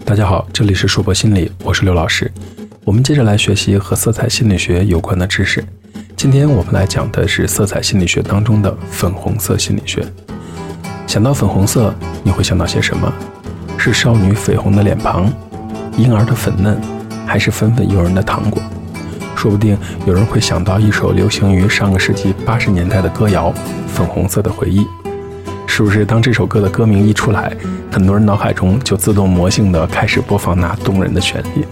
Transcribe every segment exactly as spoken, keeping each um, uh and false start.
大家好，这里是硕博心理，我是刘老师。我们接着来学习和色彩心理学有关的知识。今天我们来讲的是色彩心理学当中的粉红色心理学。想到粉红色，你会想到些什么？是少女绯红的脸庞，婴儿的粉嫩，还是粉粉诱人的糖果？说不定有人会想到一首流行于上个世纪八十年代的歌谣《粉红色的回忆》。是不是当这首歌的歌名一出来，很多人脑海中就自动魔性地开始播放那动人的旋律？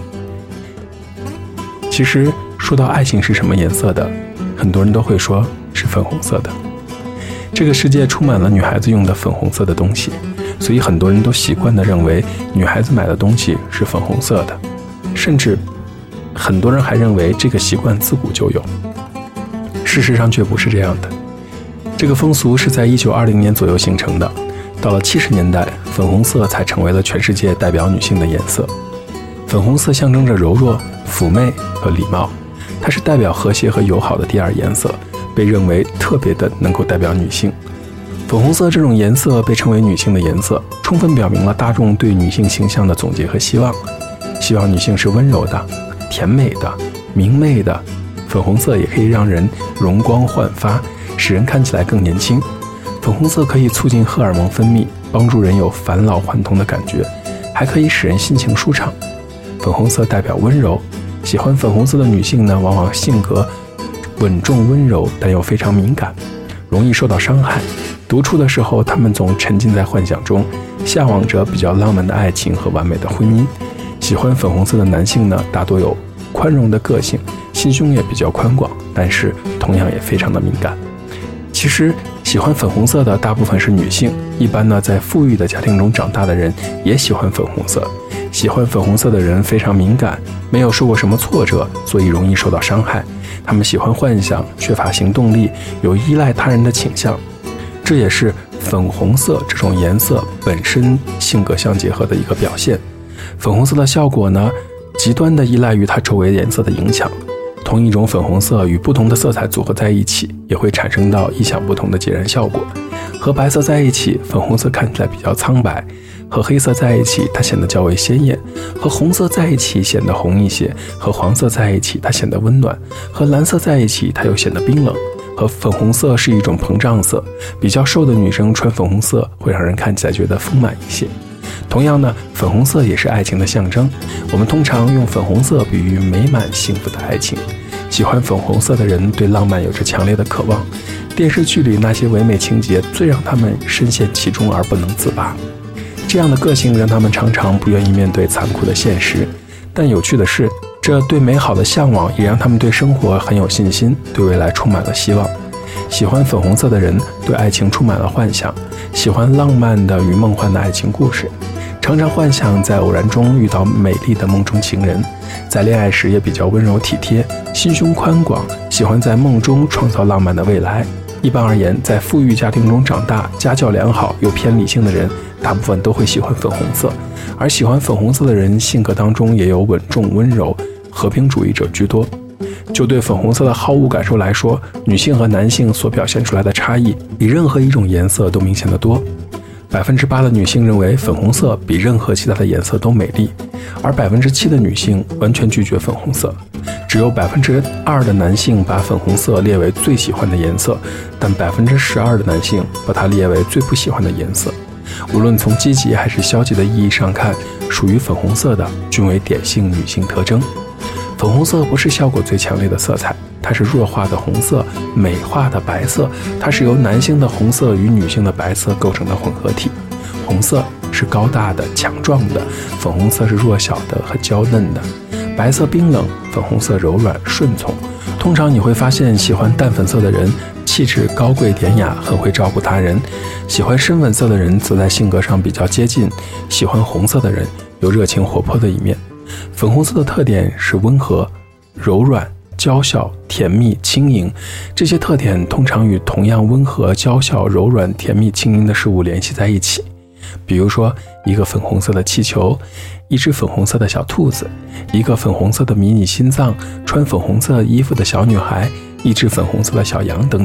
其实说到爱情是什么颜色的，很多人都会说是粉红色的。这个世界充满了女孩子用的粉红色的东西，所以很多人都习惯地认为女孩子买的东西是粉红色的，甚至很多人还认为这个习惯自古就有。事实上却不是这样的。这个风俗是在一九二零年左右形成的，到了七十年代，粉红色才成为了全世界代表女性的颜色。粉红色象征着柔弱、妩媚和礼貌，它是代表和谐和友好的第二颜色，被认为特别的能够代表女性。粉红色这种颜色被称为女性的颜色，充分表明了大众对女性形象的总结和希望，希望女性是温柔的、甜美的、明媚的。粉红色也可以让人容光焕发，使人看起来更年轻。粉红色可以促进荷尔蒙分泌，帮助人有返老还童的感觉，还可以使人心情舒畅。粉红色代表温柔，喜欢粉红色的女性呢，往往性格稳重温柔，但又非常敏感，容易受到伤害。独处的时候，她们总沉浸在幻想中，向往着比较浪漫的爱情和完美的婚姻。喜欢粉红色的男性呢，大多有宽容的个性，心胸也比较宽广，但是同样也非常的敏感。其实喜欢粉红色的大部分是女性，一般呢在富裕的家庭中长大的人也喜欢粉红色。喜欢粉红色的人非常敏感，没有受过什么挫折，所以容易受到伤害。他们喜欢幻想，缺乏行动力，有依赖他人的倾向。这也是粉红色这种颜色本身性格相结合的一个表现。粉红色的效果呢，极端的依赖于它周围颜色的影响。同一种粉红色与不同的色彩组合在一起，也会产生到意想不同的截然效果。和白色在一起，粉红色看起来比较苍白；和黑色在一起，它显得较为鲜艳；和红色在一起显得红一些；和黄色在一起，它显得温暖；和蓝色在一起，它又显得冰冷。和粉红色是一种膨胀色，比较瘦的女生穿粉红色会让人看起来觉得丰满一些。同样呢，粉红色也是爱情的象征，我们通常用粉红色比喻美满幸福的爱情。喜欢粉红色的人对浪漫有着强烈的渴望，电视剧里那些唯美情节最让他们深陷其中而不能自拔。这样的个性让他们常常不愿意面对残酷的现实，但有趣的是，这对美好的向往也让他们对生活很有信心，对未来充满了希望。喜欢粉红色的人对爱情充满了幻想，喜欢浪漫的与梦幻的爱情故事，常常幻想在偶然中遇到美丽的梦中情人，在恋爱时也比较温柔体贴，心胸宽广，喜欢在梦中创造浪漫的未来。一般而言，在富裕家庭中长大，家教良好又偏理性的人，大部分都会喜欢粉红色。而喜欢粉红色的人，性格当中也有稳重温柔、和平主义者居多。就对粉红色的好恶感受来说，女性和男性所表现出来的差异比任何一种颜色都明显得多。百分之八的女性认为粉红色比任何其他的颜色都美丽，而百分之七的女性完全拒绝粉红色。只有百分之二的男性把粉红色列为最喜欢的颜色，但百分之十二的男性把它列为最不喜欢的颜色。无论从积极还是消极的意义上看，属于粉红色的均为典型女性特征。粉红色不是效果最强烈的色彩，它是弱化的红色、美化的白色，它是由男性的红色与女性的白色构成的混合体。红色是高大的、强壮的，粉红色是弱小的和娇嫩的。白色冰冷，粉红色柔软顺从。通常你会发现，喜欢淡粉色的人气质高贵典雅，很会照顾他人；喜欢深粉色的人则在性格上比较接近；喜欢红色的人有热情活泼的一面。粉红色的特点是温和、柔软、娇小、甜蜜、轻盈，这些特点通常与同样温和、娇小、柔软、甜蜜、轻盈的事物联系在一起。比如说，一个粉红色的气球，一只粉红色的小兔子，一个粉红色的迷你心脏，穿粉红色衣服的小女孩，一只粉红色的小羊等等。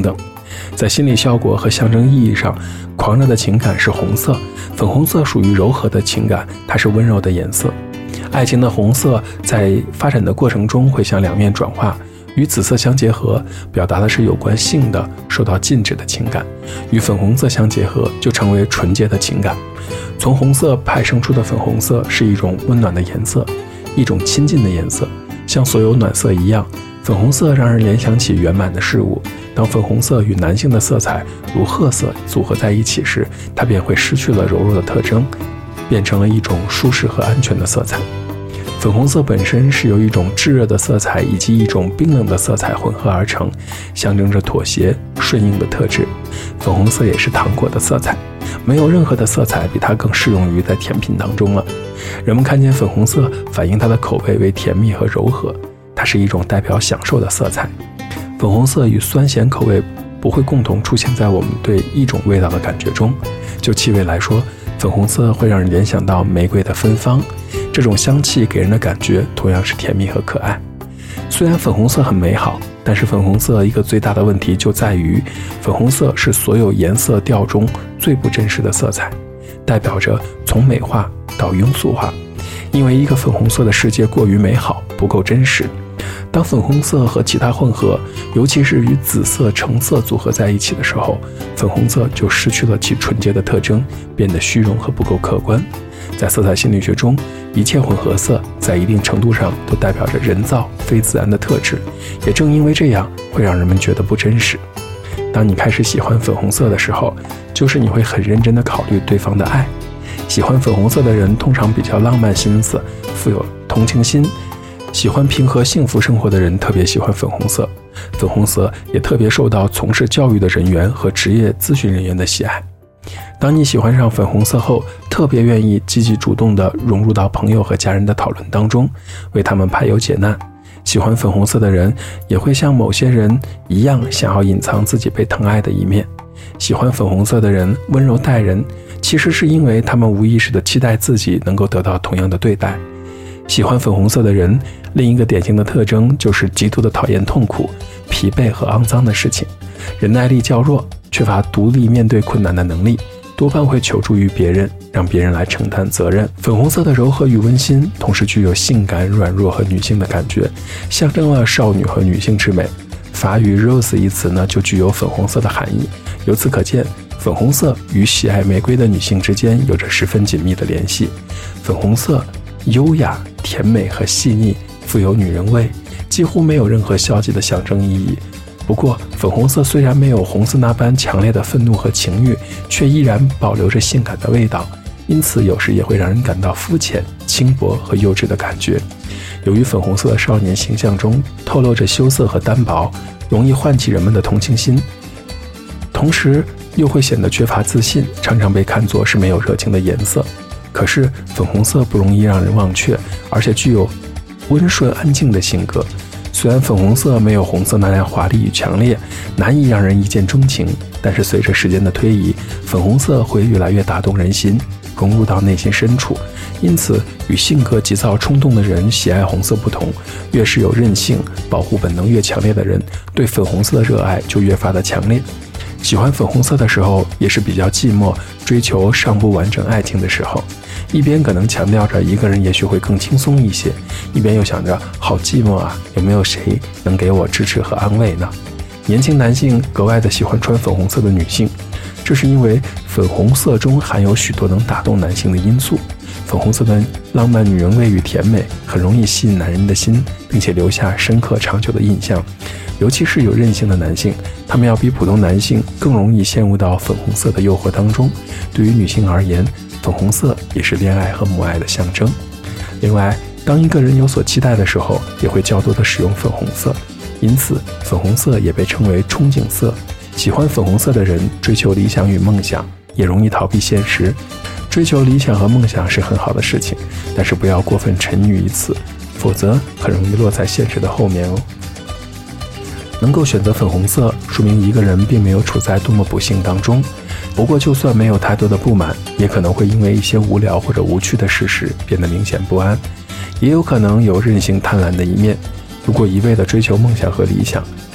在心理效果和象征意义上，狂热的情感是红色，粉红色属于柔和的情感，它是温柔的颜色。爱情的红色在发展的过程中会向两面转化，与紫色相结合，表达的是有关性的受到禁止的情感；与粉红色相结合，就成为纯洁的情感。从红色派生出的粉红色是一种温暖的颜色，一种亲近的颜色。像所有暖色一样，粉红色让人联想起圆满的事物。当粉红色与男性的色彩如褐色组合在一起时，它便会失去了柔弱的特征，变成了一种舒适和安全的色彩。粉红色本身是由一种炙热的色彩以及一种冰冷的色彩混合而成，象征着妥协、顺应的特质。粉红色也是糖果的色彩，没有任何的色彩比它更适用于在甜品当中了。人们看见粉红色，反映它的口味为甜蜜和柔和，它是一种代表享受的色彩。粉红色与酸咸口味不会共同出现在我们对一种味道的感觉中。就气味来说，粉红色会让人联想到玫瑰的芬芳，这种香气给人的感觉同样是甜蜜和可爱。虽然粉红色很美好，但是粉红色一个最大的问题就在于，粉红色是所有颜色调中最不真实的色彩，代表着从美化到庸俗化。因为一个粉红色的世界过于美好，不够真实。当粉红色和其他混合，尤其是与紫色、橙色组合在一起的时候，粉红色就失去了其纯洁的特征，变得虚荣和不够客观。在色彩心理学中，一切混合色在一定程度上都代表着人造、非自然的特质，也正因为这样，会让人们觉得不真实。当你开始喜欢粉红色的时候，就是你会很认真地考虑对方的爱。喜欢粉红色的人通常比较浪漫心思，富有同情心。喜欢平和幸福生活的人特别喜欢粉红色，粉红色也特别受到从事教育的人员和职业咨询人员的喜爱。当你喜欢上粉红色后，特别愿意积极主动地融入到朋友和家人的讨论当中，为他们排忧解难。喜欢粉红色的人也会像某些人一样，想要隐藏自己被疼爱的一面。喜欢粉红色的人温柔待人，其实是因为他们无意识地期待自己能够得到同样的对待。喜欢粉红色的人，另一个典型的特征就是极度的讨厌痛苦、疲惫和肮脏的事情，忍耐力较弱，缺乏独立面对困难的能力，多半会求助于别人，让别人来承担责任。粉红色的柔和与温馨，同时具有性感、软弱和女性的感觉，象征了少女和女性之美。法语 rose 一词呢，就具有粉红色的含义。由此可见，粉红色与喜爱玫瑰的女性之间有着十分紧密的联系。粉红色优雅、甜美和细腻，富有女人味，几乎没有任何消极的象征意义。不过，粉红色虽然没有红色那般强烈的愤怒和情欲，却依然保留着性感的味道，因此有时也会让人感到肤浅、轻薄和幼稚的感觉。由于粉红色的少年形象中透露着羞涩和单薄，容易唤起人们的同情心，同时又会显得缺乏自信，常常被看作是没有热情的颜色。可是粉红色不容易让人忘却，而且具有温顺安静的性格。虽然粉红色没有红色那样华丽与强烈，难以让人一见钟情，但是随着时间的推移，粉红色会越来越打动人心，融入到内心深处。因此，与性格急躁冲动的人喜爱红色不同，越是有韧性、保护本能越强烈的人，对粉红色的热爱就越发的强烈。喜欢粉红色的时候，也是比较寂寞、追求尚不完整爱情的时候。一边可能强调着一个人也许会更轻松一些，一边又想着好寂寞啊，有没有谁能给我支持和安慰呢？年轻男性格外的喜欢穿粉红色的女性，这是因为粉红色中含有许多能打动男性的因素。粉红色的浪漫女人味与甜美很容易吸引男人的心，并且留下深刻长久的印象。尤其是有韧性的男性，他们要比普通男性更容易陷入到粉红色的诱惑当中。对于女性而言，粉红色也是恋爱和母爱的象征。另外，当一个人有所期待的时候，也会较多的使用粉红色，因此粉红色也被称为憧憬色。喜欢粉红色的人追求理想与梦想，也容易逃避现实。追求理想和梦想是很好的事情，但是不要过分沉溺于此，否则很容易落在现实的后面哦。能够选择粉红色，说明一个人并没有处在多么不幸当中。不过就算没有太多的不满，也可能会因为一些无聊或者无趣的事实变得明显不安，也有可能有任性贪婪的一面。如果一味地追求梦想和理想，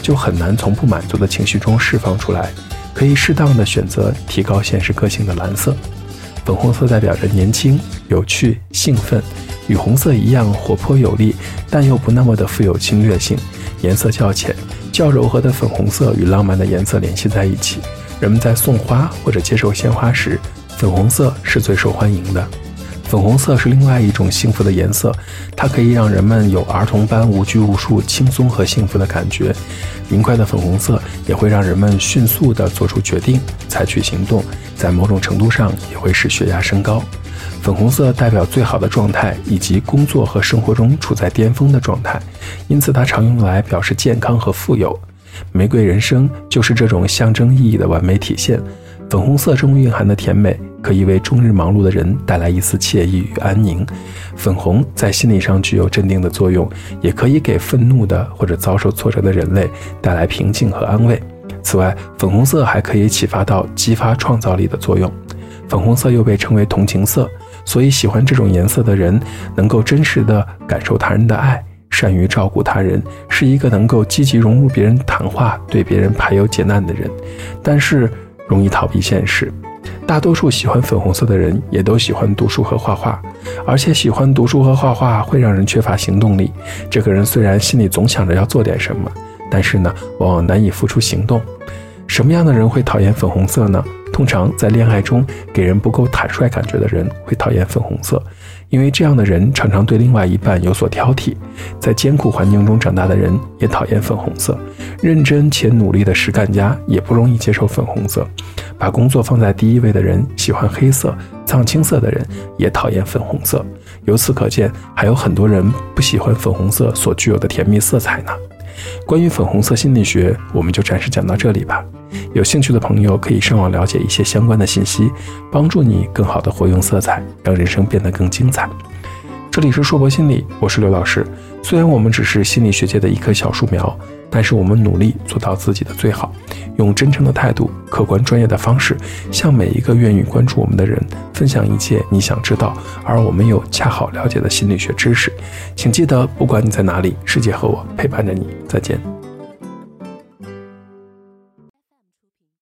就很难从不满足的情绪中释放出来，可以适当的选择提高现实个性的蓝色。粉红色代表着年轻、有趣、兴奋，与红色一样活泼有力，但又不那么的富有侵略性，颜色较浅，较柔和的粉红色与浪漫的颜色联系在一起，人们在送花或者接受鲜花时，粉红色是最受欢迎的。粉红色是另外一种幸福的颜色，它可以让人们有儿童般无拘无束、轻松和幸福的感觉。明快的粉红色也会让人们迅速地做出决定，采取行动，在某种程度上也会使血压升高。粉红色代表最好的状态以及工作和生活中处在巅峰的状态，因此它常用来表示健康和富有。玫瑰人生就是这种象征意义的完美体现。粉红色中蕴含的甜美可以为终日忙碌的人带来一丝惬意与安宁。粉红在心理上具有镇定的作用，也可以给愤怒的或者遭受挫折的人类带来平静和安慰。此外，粉红色还可以启发到激发创造力的作用。粉红色又被称为同情色，所以喜欢这种颜色的人能够真实地感受他人的爱，善于照顾他人，是一个能够积极融入别人谈话，对别人排忧解难的人。但是容易逃避现实。大多数喜欢粉红色的人也都喜欢读书和画画，而且喜欢读书和画画会让人缺乏行动力。这个人虽然心里总想着要做点什么，但是呢，往往难以付出行动。什么样的人会讨厌粉红色呢？通常在恋爱中给人不够坦率感觉的人会讨厌粉红色，因为这样的人常常对另外一半有所挑剔。在艰苦环境中长大的人也讨厌粉红色，认真且努力的实干家也不容易接受粉红色。把工作放在第一位的人喜欢黑色，藏青色的人也讨厌粉红色。由此可见，还有很多人不喜欢粉红色所具有的甜蜜色彩呢。关于粉红色心理学，我们就暂时讲到这里吧。有兴趣的朋友可以上网了解一些相关的信息，帮助你更好地活用色彩，让人生变得更精彩。这里是硕博心理，我是刘老师。虽然我们只是心理学界的一棵小树苗，但是我们努力做到自己的最好，用真诚的态度、客观专业的方式，向每一个愿意关注我们的人分享一切你想知道而我们又恰好了解的心理学知识。请记得，不管你在哪里，世界和我陪伴着你。再见。